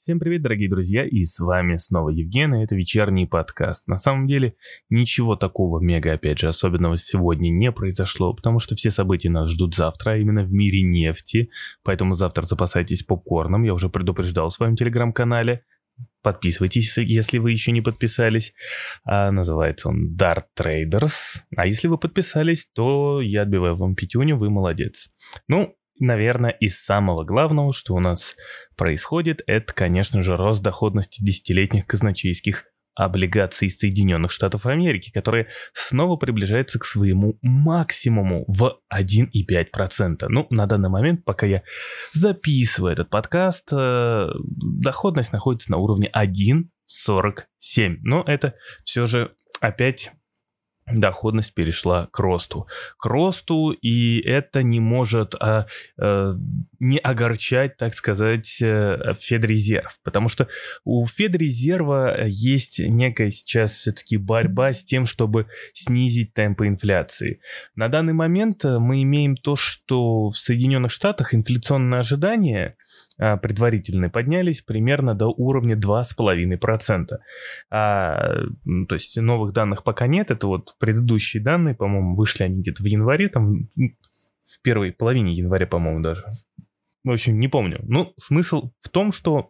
Всем привет, дорогие друзья, и с вами снова Евген, и это вечерний подкаст. На самом деле, ничего такого мега, опять же, особенного сегодня не произошло, потому что все события нас ждут завтра, а именно в мире нефти, поэтому завтра запасайтесь попкорном, я уже предупреждал в своем телеграм-канале. Подписывайтесь, если вы еще не подписались. Называется он Dart Traders. А если вы подписались, то я отбиваю вам пятюню, вы молодец. Наверное, из самого главного, что у нас происходит, это, конечно же, рост доходности десятилетних казначейских облигаций Соединенных Штатов Америки, которые снова приближаются к своему максимуму в 1,5%. На данный момент, пока я записываю этот подкаст, доходность находится на уровне 1,47. Но это все же опять... доходность перешла к росту. И это не может не огорчать, так сказать, Федрезерв. Потому что у Федрезерва есть некая сейчас все-таки борьба с тем, чтобы снизить темпы инфляции. На данный момент мы имеем то, что в Соединенных Штатах инфляционные ожидания предварительные поднялись примерно до уровня 2,5%. То есть новых данных пока нет, это вот предыдущие данные, по-моему, вышли они где-то в январе, там в первой половине января, по-моему, даже. В общем, не помню. Смысл в том, что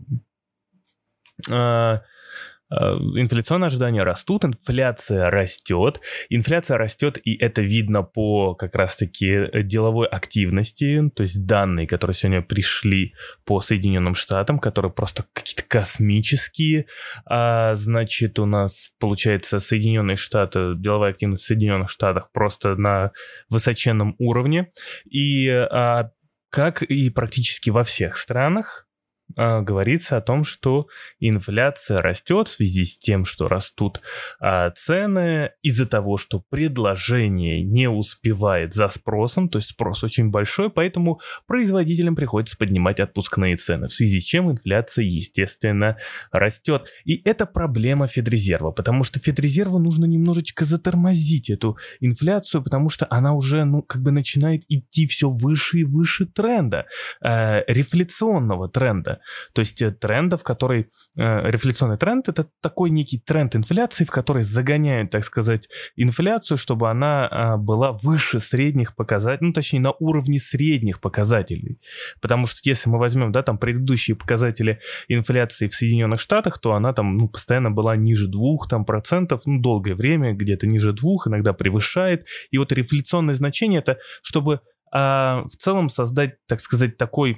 инфляционные ожидания растут, инфляция растет, и это видно по как раз-таки деловой активности, то есть данные, которые сегодня пришли по Соединенным Штатам, которые просто какие-то космические, значит, у нас получается Соединенные Штаты, деловая активность в Соединенных Штатах просто на высоченном уровне, и как и практически во всех странах, говорится о том, что инфляция растет в связи с тем, что растут цены из-за того, что предложение не успевает за спросом, то есть спрос очень большой, поэтому производителям приходится поднимать отпускные цены, в связи с чем инфляция, естественно, растет. И это проблема Федрезерва, потому что Федрезерву нужно немножечко затормозить эту инфляцию, потому что она уже, начинает идти все выше и выше тренда, рефляционного тренда. То есть тренда, в которой рефляционный тренд — это такой некий тренд инфляции, в который загоняют, так сказать, инфляцию, чтобы она была выше средних показателей, точнее, на уровне средних показателей. Потому что если мы возьмем, там предыдущие показатели инфляции в Соединенных Штатах, то она там, постоянно была ниже 2%, долгое время, где-то ниже 2%, иногда превышает. И вот рефляционное значение — это чтобы в целом создать, так сказать, такой,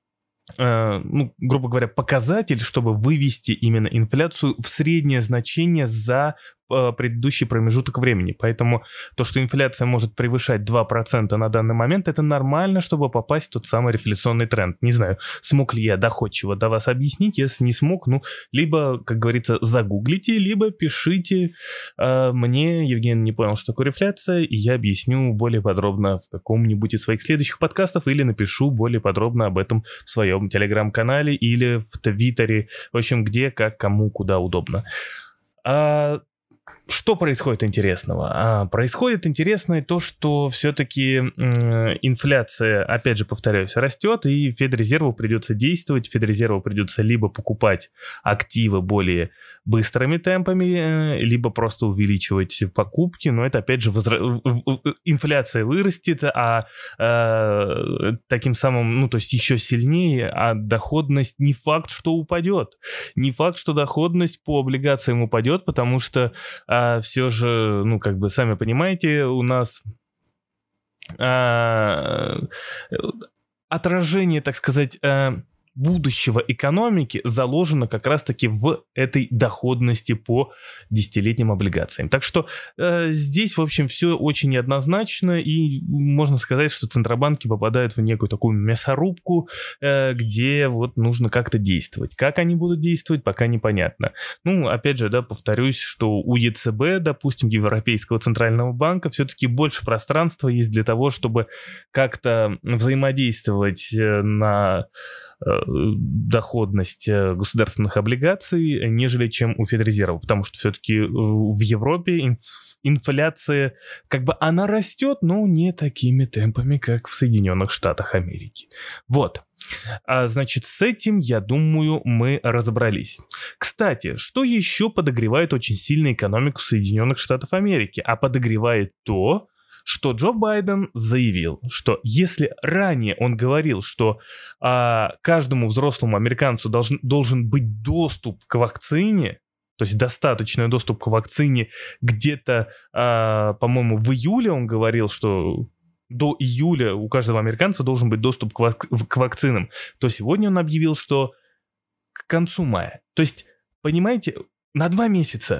грубо говоря, показатель, чтобы вывести именно инфляцию в среднее значение за предыдущий промежуток времени. Поэтому то, что инфляция может превышать 2% на данный момент, это нормально, чтобы попасть в тот самый рефляционный тренд. Не знаю, смог ли я доходчиво до вас объяснить. Если не смог, либо, как говорится, загуглите, либо пишите мне. Евген не понял, что такое рефляция, и я объясню более подробно в каком-нибудь из своих следующих подкастов, или напишу более подробно об этом в своем телеграм-канале или в Твиттере. В общем, где, как, кому, куда удобно. Что происходит интересного? Происходит интересное то, что все-таки инфляция, опять же, повторяюсь, растет, и Федрезерву придется действовать. Федрезерву придется либо покупать активы более быстрыми темпами, либо просто увеличивать покупки, но это, опять же, инфляция вырастет, таким самым, то есть еще сильнее, а доходность не факт, что упадет. Не факт, что доходность по облигациям упадет, потому что все же, сами понимаете, у нас отражение, так сказать, будущего экономики заложено как раз-таки в этой доходности по десятилетним облигациям. Так что здесь, в общем, все очень неоднозначно, и можно сказать, что центробанки попадают в некую такую мясорубку, где нужно как-то действовать. Как они будут действовать, пока непонятно. Опять же, повторюсь, что у ЕЦБ, допустим, Европейского центрального банка, все-таки больше пространства есть для того, чтобы как-то взаимодействовать на доходность государственных облигаций, нежели чем у Федрезерва, потому что все-таки в Европе инфляция, она растет, но не такими темпами, как в Соединенных Штатах Америки. Вот. Значит, с этим, я думаю, мы разобрались. Кстати, что еще подогревает очень сильно экономику Соединенных Штатов Америки? А подогревает то, что Джо Байден заявил, что если ранее он говорил, что каждому взрослому американцу должен быть доступ к вакцине, то есть достаточный доступ к вакцине где-то, по-моему, в июле он говорил, что до июля у каждого американца должен быть доступ к вакцинам, то сегодня он объявил, что к концу мая. То есть, понимаете, на 2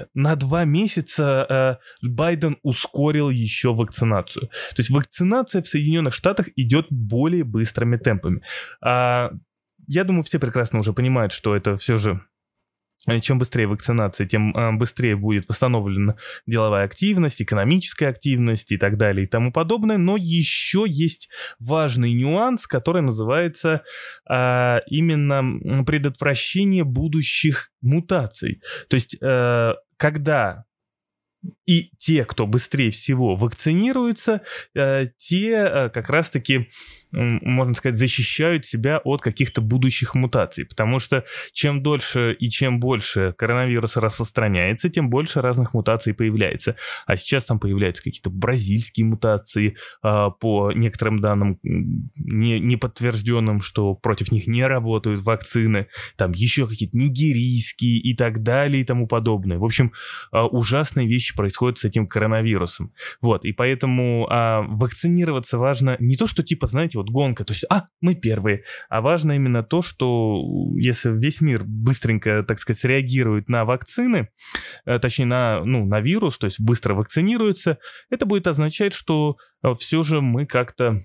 месяца Байден ускорил еще вакцинацию. То есть вакцинация в Соединенных Штатах идет более быстрыми темпами. Я думаю, все прекрасно уже понимают, что это все же... Чем быстрее вакцинация, тем быстрее будет восстановлена деловая активность, экономическая активность и так далее и тому подобное. Но еще есть важный нюанс, который называется именно предотвращение будущих мутаций. То есть когда и те, кто быстрее всего вакцинируются, те как раз-таки, можно сказать, защищают себя от каких-то будущих мутаций. Потому что чем дольше и чем больше коронавирус распространяется, тем больше разных мутаций появляется. А сейчас там появляются какие-то бразильские мутации, по некоторым данным неподтвержденным, что против них не работают вакцины. Там еще какие-то нигерийские и так далее и тому подобное. В общем, ужасные вещи происходят с этим коронавирусом. Вот, и поэтому вакцинироваться важно не то, что типа, знаете, вот гонка, то есть, мы первые, а важно именно то, что если весь мир быстренько, так сказать, среагирует на вакцины, точнее на вирус, то есть быстро вакцинируется, это будет означать, что все же мы как-то,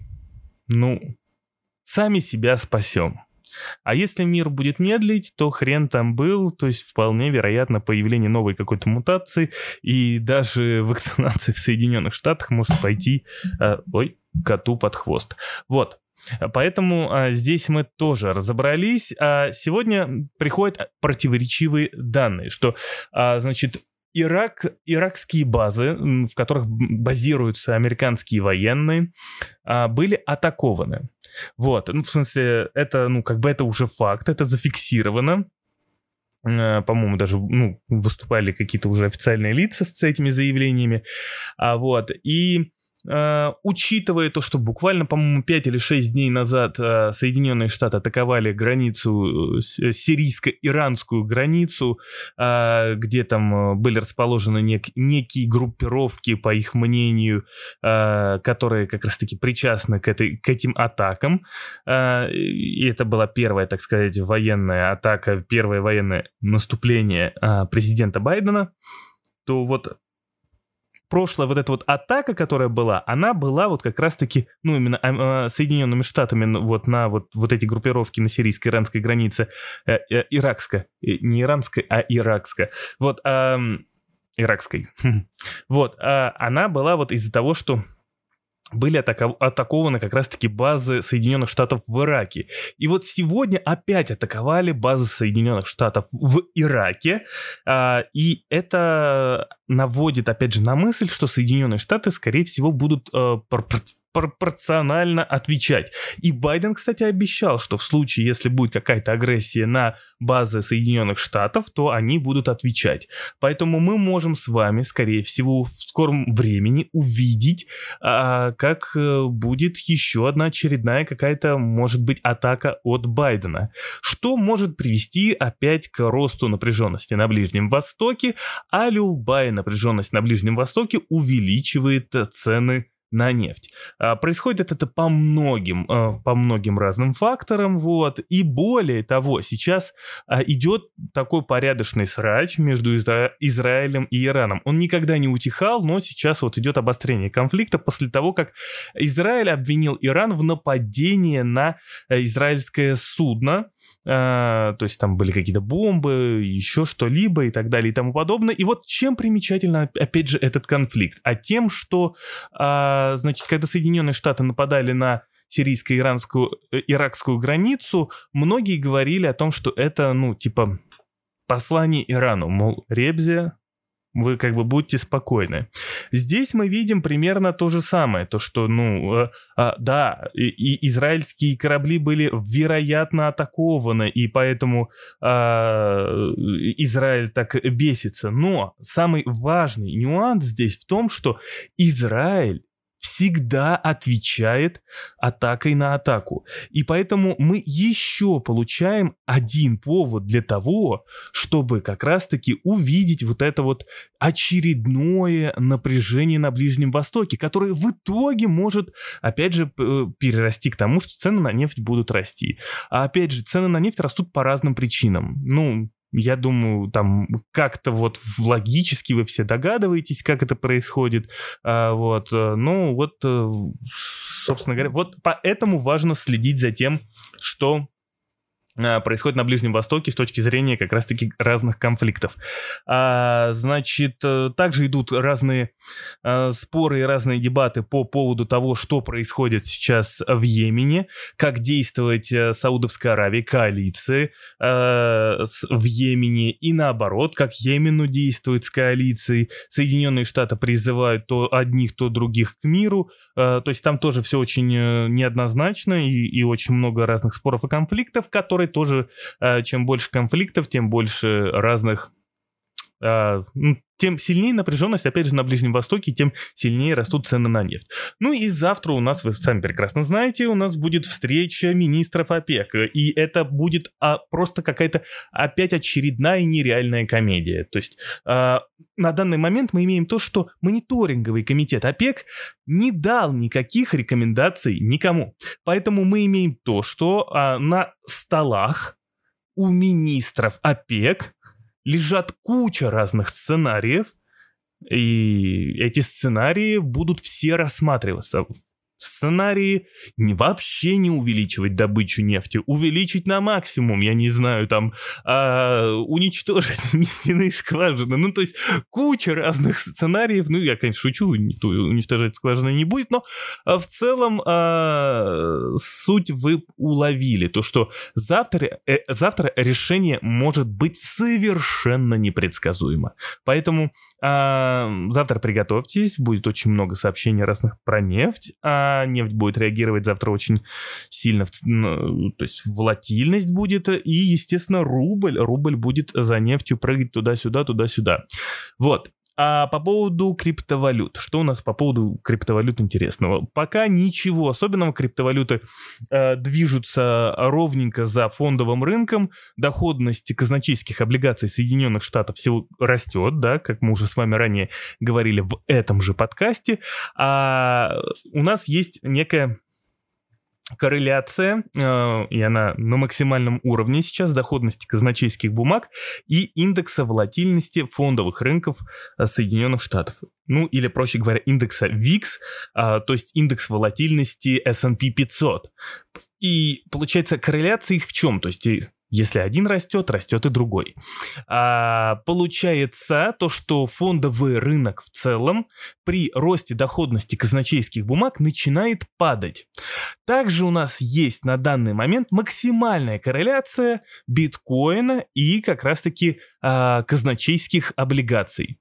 сами себя спасем. А если мир будет медлить, то хрен там был, то есть вполне вероятно появление новой какой-то мутации, и даже вакцинация в Соединенных Штатах может пойти, коту под хвост. Вот. Поэтому здесь мы тоже разобрались. Сегодня приходят противоречивые данные, что, значит, иракские базы, в которых базируются американские военные, были атакованы. Вот, в смысле, это, это уже факт, это зафиксировано. По-моему, даже, выступали какие-то уже официальные лица с этими заявлениями. И учитывая то, что буквально, по-моему, 5 или 6 дней назад Соединенные Штаты атаковали границу, сирийско-иранскую границу, где там были расположены некие группировки, по их мнению, которые как раз-таки причастны к этим атакам. И это была первая, так сказать, военная атака, первое военное наступление президента Байдена. То вот прошлая вот эта вот атака, которая была, она была вот как раз-таки, именно Соединенными Штатами на вот эти группировки на сирийско-иранской границе, иракской, не иранской, а иракской. Вот, иракской. Вот, она была вот из-за того, что были атакованы как раз-таки базы Соединенных Штатов в Ираке. И вот сегодня опять атаковали базы Соединенных Штатов в Ираке. И это наводит, опять же, на мысль, что Соединенные Штаты, скорее всего, будут пропорционально отвечать. И Байден, кстати, обещал, что в случае, если будет какая-то агрессия на базы Соединенных Штатов, то они будут отвечать. Поэтому мы можем с вами, скорее всего, в скором времени увидеть, как будет еще одна очередная какая-то, может быть, атака от Байдена. Что может привести опять к росту напряженности на Ближнем Востоке, а любая напряженность на Ближнем Востоке увеличивает цены на нефть. Происходит это по многим разным факторам, вот. И более того, сейчас идет такой порядочный срач между Израилем и Ираном. Он никогда не утихал, но сейчас вот идет обострение конфликта после того, как Израиль обвинил Иран в нападении на израильское судно. То есть там были какие-то бомбы, еще что-либо и так далее и тому подобное. И вот чем примечательно, опять же, этот конфликт? А тем, что, значит, когда Соединенные Штаты нападали на сирийско-иракскую границу, многие говорили о том, что это, послание Ирану, мол, Ребзя, вы как бы будьте спокойны. Здесь мы видим примерно то же самое, то что, да, и израильские корабли были вероятно атакованы, и поэтому Израиль так бесится. Но самый важный нюанс здесь в том, что Израиль всегда отвечает атакой на атаку. И поэтому мы еще получаем один повод для того, чтобы как раз-таки увидеть вот это вот очередное напряжение на Ближнем Востоке, которое в итоге может, опять же, перерасти к тому, что цены на нефть будут расти. А опять же, цены на нефть растут по разным причинам. Я думаю, там как-то вот логически вы все догадываетесь, как это происходит. Собственно говоря, вот поэтому важно следить за тем, что происходит на Ближнем Востоке с точки зрения как раз-таки разных конфликтов. Также идут разные споры и разные дебаты по поводу того, что происходит сейчас в Йемене, как действовать Саудовской Аравии, коалиции в Йемене, и наоборот, как Йемену действует с коалицией. Соединенные Штаты призывают то одних, то других к миру. То есть там тоже все очень неоднозначно и очень много разных споров и конфликтов, которые тоже, чем больше конфликтов, тем больше разных, тем сильнее напряженность, опять же, на Ближнем Востоке, тем сильнее растут цены на нефть. И завтра у нас, вы сами прекрасно знаете, у нас будет встреча министров ОПЕК, и это будет просто какая-то опять очередная нереальная комедия. То есть на данный момент мы имеем то, что мониторинговый комитет ОПЕК не дал никаких рекомендаций никому. Поэтому мы имеем то, что на столах у министров ОПЕК лежат куча разных сценариев, и эти сценарии будут все рассматриваться. Сценарии вообще не увеличивать добычу нефти, увеличить на максимум, я не знаю, уничтожить нефтяные скважины. То есть куча разных сценариев. Я, конечно, шучу, уничтожать скважины не будет, но в целом суть вы уловили. То, что завтра решение может быть совершенно непредсказуемо. Поэтому завтра приготовьтесь, будет очень много сообщений разных про нефть, нефть будет реагировать завтра очень сильно, то есть волатильность будет, и, естественно, рубль будет за нефтью прыгать туда-сюда, туда-сюда. Вот. А по поводу криптовалют. Что у нас по поводу криптовалют интересного? Пока ничего особенного. Криптовалюты движутся ровненько за фондовым рынком. Доходность казначейских облигаций Соединенных Штатов всего растет, да, как мы уже с вами ранее говорили в этом же подкасте. А у нас есть некая корреляция, и она на максимальном уровне сейчас, доходности казначейских бумаг и индекса волатильности фондовых рынков Соединенных Штатов. Или, проще говоря, индекса VIX, то есть индекс волатильности S&P 500. И получается, корреляция их в чем? То есть если один растет, растет и другой. Получается то, что фондовый рынок в целом при росте доходности казначейских бумаг начинает падать. Также у нас есть на данный момент максимальная корреляция биткоина и как раз-таки казначейских облигаций.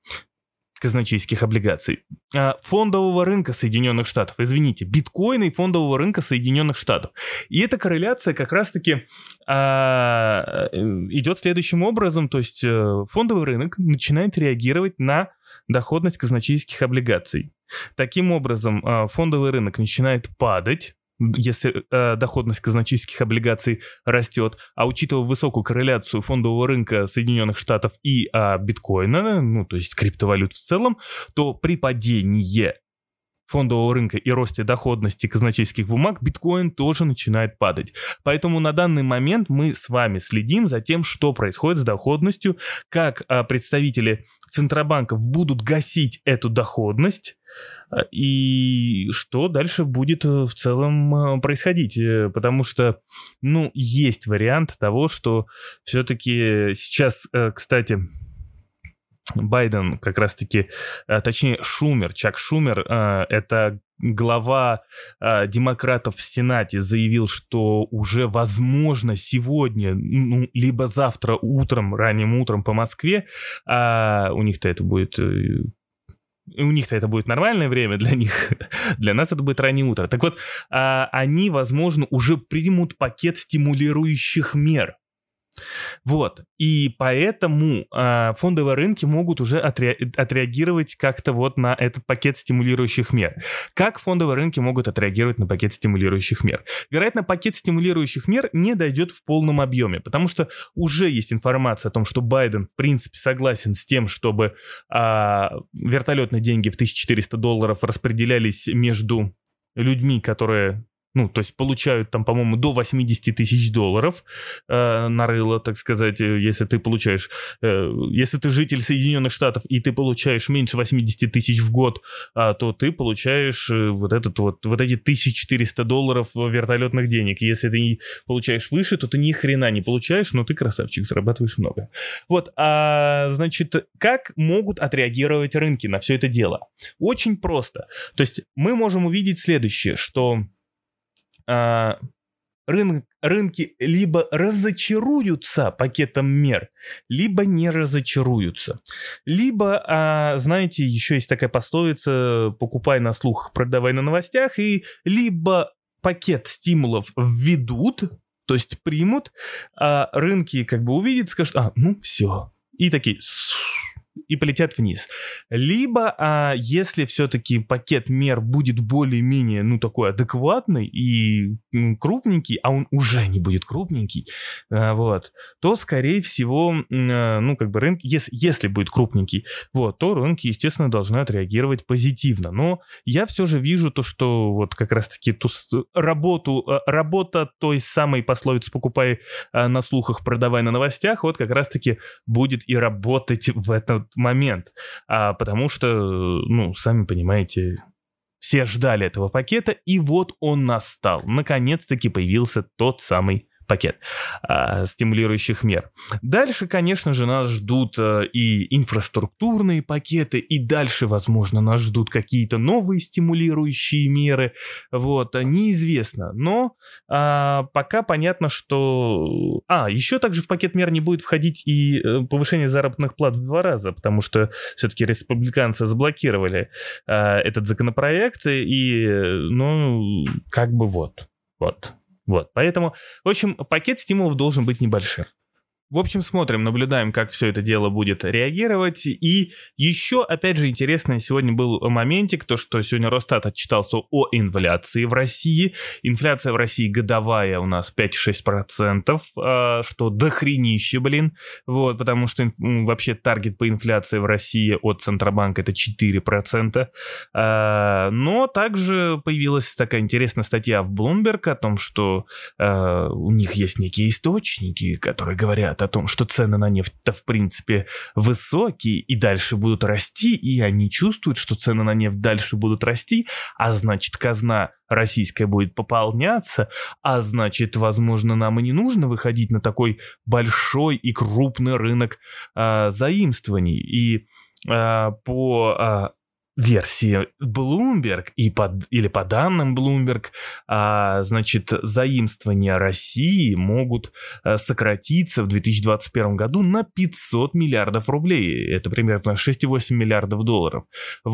Фондового рынка Соединенных Штатов, биткоина и фондового рынка Соединенных Штатов. И эта корреляция как раз-таки идет следующим образом, то есть фондовый рынок начинает реагировать на доходность казначейских облигаций. Таким образом, фондовый рынок начинает падать, если доходность казначейских облигаций растет, а учитывая высокую корреляцию фондового рынка Соединенных Штатов и биткоина, то есть криптовалют в целом, то при падении фондового рынка и росте доходности казначейских бумаг биткоин тоже начинает падать. Поэтому на данный момент мы с вами следим за тем, что происходит с доходностью, как представители центробанков будут гасить эту доходность, и что дальше будет в целом происходить. Потому что, есть вариант того, что все-таки сейчас, кстати, Байден как раз-таки, точнее Чак Шумер, это глава демократов в Сенате, заявил, что уже возможно сегодня, либо завтра утром, ранним утром по Москве, у них-то это будет у них-то это будет нормальное время для них, для нас это будет раннее утро. Так вот, они, возможно, уже примут пакет стимулирующих мер. Вот, и поэтому фондовые рынки могут уже отреагировать как-то вот на этот пакет стимулирующих мер. Как фондовые рынки могут отреагировать на пакет стимулирующих мер? Вероятно, пакет стимулирующих мер не дойдет в полном объеме, потому что уже есть информация о том, что Байден, в принципе, согласен с тем, чтобы вертолетные деньги в $1400 распределялись между людьми, которые... то есть получают там, по-моему, до $80 тысяч на рыло, так сказать, если ты получаешь... если ты житель Соединенных Штатов и ты получаешь меньше 80 тысяч в год, то ты получаешь вот эти $1400 вертолетных денег. Если ты получаешь выше, то ты ни хрена не получаешь, но ты красавчик, зарабатываешь много. Вот, значит, как могут отреагировать рынки на все это дело? Очень просто. То есть мы можем увидеть следующее, что... рынки либо разочаруются пакетом мер, либо не разочаруются. Либо, знаете, еще есть такая пословица: покупай на слух, продавай на новостях, и либо пакет стимулов введут, то есть примут, а рынки как бы увидят, скажут: все, и такие... и полетят вниз. Либо, если все-таки пакет мер будет более-менее, такой адекватный и крупненький, а он уже не будет крупненький, то, скорее всего, рынки, если будет крупненький, то рынки, естественно, должны отреагировать позитивно. Но я все же вижу то, что вот как раз-таки работа той самой пословицы «покупай на слухах, продавай на новостях», вот как раз-таки будет и работать в этом момент, потому что, сами понимаете, все ждали этого пакета, и вот он настал. Наконец-таки появился тот самый пакет стимулирующих мер. Дальше, конечно же, нас ждут и инфраструктурные пакеты, и дальше, возможно, нас ждут какие-то новые стимулирующие меры. Неизвестно. Но пока понятно, что... еще также в пакет мер не будет входить и повышение заработных плат в 2 раза, потому что все-таки республиканцы заблокировали этот законопроект, и, поэтому, в общем, пакет стимулов должен быть небольшим. В общем, смотрим, наблюдаем, как все это дело будет реагировать. И еще, опять же, интересный сегодня был моментик, то, что сегодня Росстат отчитался о инфляции в России. Инфляция в России годовая у нас 5-6%, что дохренище, потому что вообще таргет по инфляции в России от Центробанка это 4%. Но также появилась такая интересная статья в Bloomberg о том, что у них есть некие источники, которые говорят о том, что цены на нефть-то в принципе высокие и дальше будут расти, и они чувствуют, что цены на нефть дальше будут расти, а значит, казна российская будет пополняться, а значит, возможно, нам и не нужно выходить на такой большой и крупный рынок заимствований. И по версии Bloomberg или по данным Bloomberg, заимствования России могут сократиться в 2021 году на 500 миллиардов рублей. Это примерно 6,8 миллиардов долларов.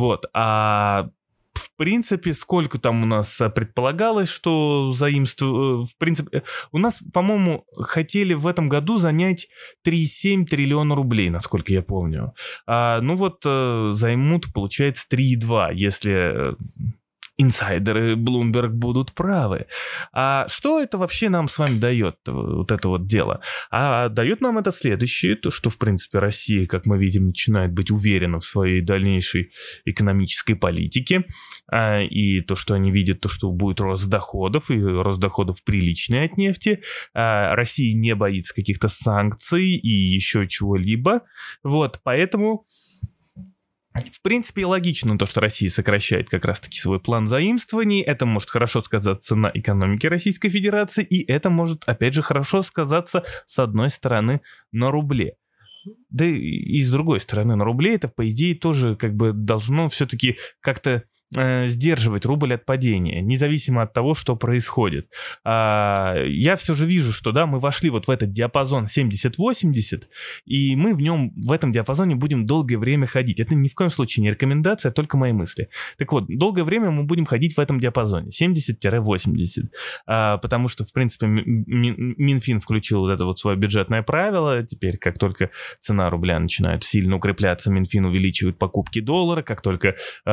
В принципе, сколько там у нас предполагалось, что в принципе, у нас, по-моему, хотели в этом году занять 3,7 триллиона рублей, насколько я помню. Займут, получается, 3,2, если... инсайдеры Bloomberg будут правы. А что это вообще нам с вами дает, вот это вот дело? А дает нам это следующее, то, что, в принципе, Россия, как мы видим, начинает быть уверена в своей дальнейшей экономической политике, и то, что они видят, то, что будет рост доходов, и рост доходов приличный от нефти. Россия не боится каких-то санкций и еще чего-либо. Поэтому... В принципе, логично то, что Россия сокращает как раз-таки свой план заимствований. Это может хорошо сказаться на экономике Российской Федерации, и это может, опять же, хорошо сказаться, с одной стороны, на рубле. Да и с другой стороны, на рубле это, по идее, тоже должно все-таки как-то сдерживать рубль от падения, независимо от того, что происходит. Я все же вижу, что да, мы вошли вот в этот диапазон 70-80, и мы в этом диапазоне будем долгое время ходить. Это ни в коем случае не рекомендация, а только мои мысли. Так вот, долгое время мы будем ходить в этом диапазоне 70-80, потому что, в принципе, Минфин включил вот это вот свое бюджетное правило. Теперь, как только цена рубля начинает сильно укрепляться, Минфин увеличивает покупки доллара. Как только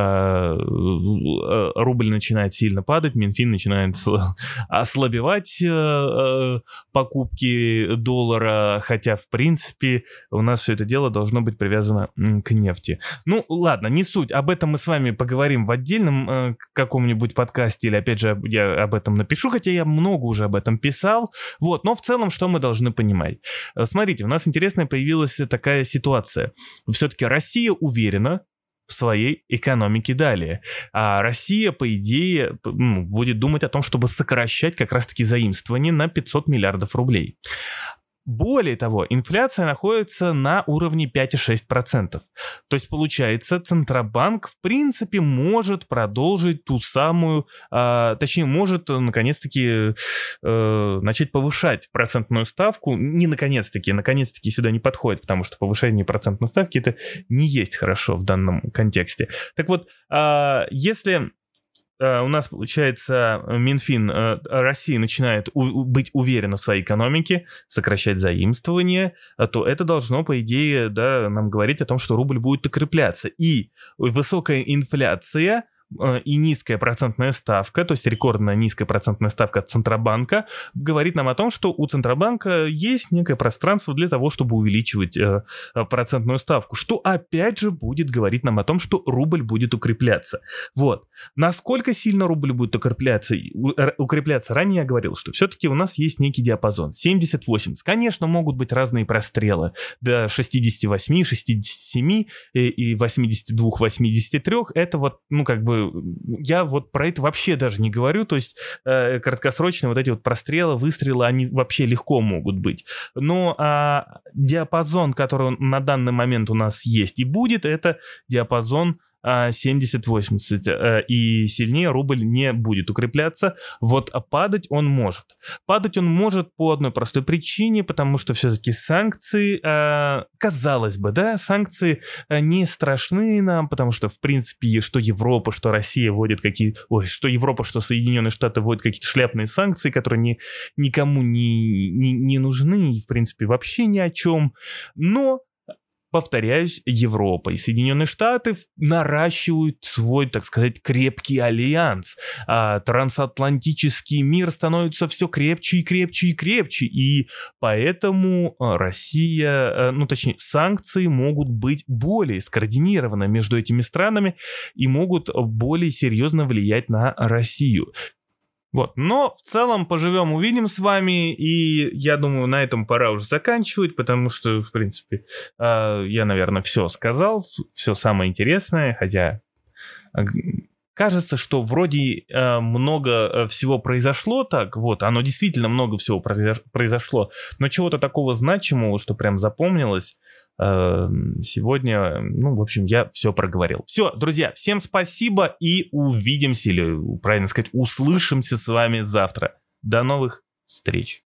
рубль начинает сильно падать, Минфин начинает ослабевать покупки доллара, хотя, в принципе, у нас все это дело должно быть привязано к нефти. Ну, ладно, не суть. Об этом мы с вами поговорим в отдельном каком-нибудь подкасте, или, опять же, я об этом напишу, хотя я много уже об этом писал. Вот, но в целом, что мы должны понимать? Смотрите, у нас интересная появилась такая ситуация. Все-таки Россия уверена в своей экономике далее. А Россия, по идее, будет думать о том, чтобы сокращать как раз-таки заимствование на 500 миллиардов рублей. Более того, инфляция находится на уровне 5,6%. То есть, получается, Центробанк, в принципе, может продолжить ту самую, точнее, может, наконец-таки, начать повышать процентную ставку. Не наконец-таки сюда не подходит, потому что повышение процентной ставки это не есть хорошо в данном контексте. Так вот, если у нас, получается, Минфин России начинает быть уверена в своей экономике, сокращать заимствования, то это должно, по идее, да, нам говорить о том, что рубль будет укрепляться. И высокая инфляция и низкая процентная ставка, то есть рекордно низкая процентная ставка от Центробанка, говорит нам о том, что у Центробанка есть некое пространство для того, чтобы увеличивать процентную ставку, что опять же будет говорить нам о том, что рубль будет укрепляться. Вот. Насколько сильно рубль будет укрепляться? Ранее я говорил, что все-таки у нас есть некий диапазон 70-80. Конечно, могут быть разные прострелы до 68, 67 и 82, 83. Это вот, как бы я вот про это вообще даже не говорю, то есть краткосрочные вот эти вот прострелы, выстрелы, они вообще легко могут быть. Но диапазон, который на данный момент у нас есть и будет, это диапазон 70-80, и сильнее рубль не будет укрепляться. Вот падать он может. Падать он может по одной простой причине, потому что все-таки санкции, казалось бы, да, санкции не страшны нам, потому что, в принципе, что Европа, что Россия вводят что Европа, что Соединенные Штаты вводят какие-то шляпные санкции, которые никому не нужны, и, в принципе, вообще ни о чем. Но повторяюсь, Европа и Соединенные Штаты наращивают свой, так сказать, крепкий альянс. Трансатлантический мир становится все крепче и крепче и крепче. И поэтому Россия, точнее, санкции могут быть более скоординированы между этими странами и могут более серьезно влиять на Россию. Вот, но в целом поживем, увидим с вами, и я думаю, на этом пора уже заканчивать, потому что, в принципе, я, наверное, все сказал, все самое интересное, хотя кажется, что вроде много всего произошло, так вот, оно действительно много всего произошло, но чего-то такого значимого, что прям запомнилось, сегодня, в общем, я все проговорил. Все, друзья, всем спасибо и увидимся, или, правильно сказать, услышимся с вами завтра. До новых встреч.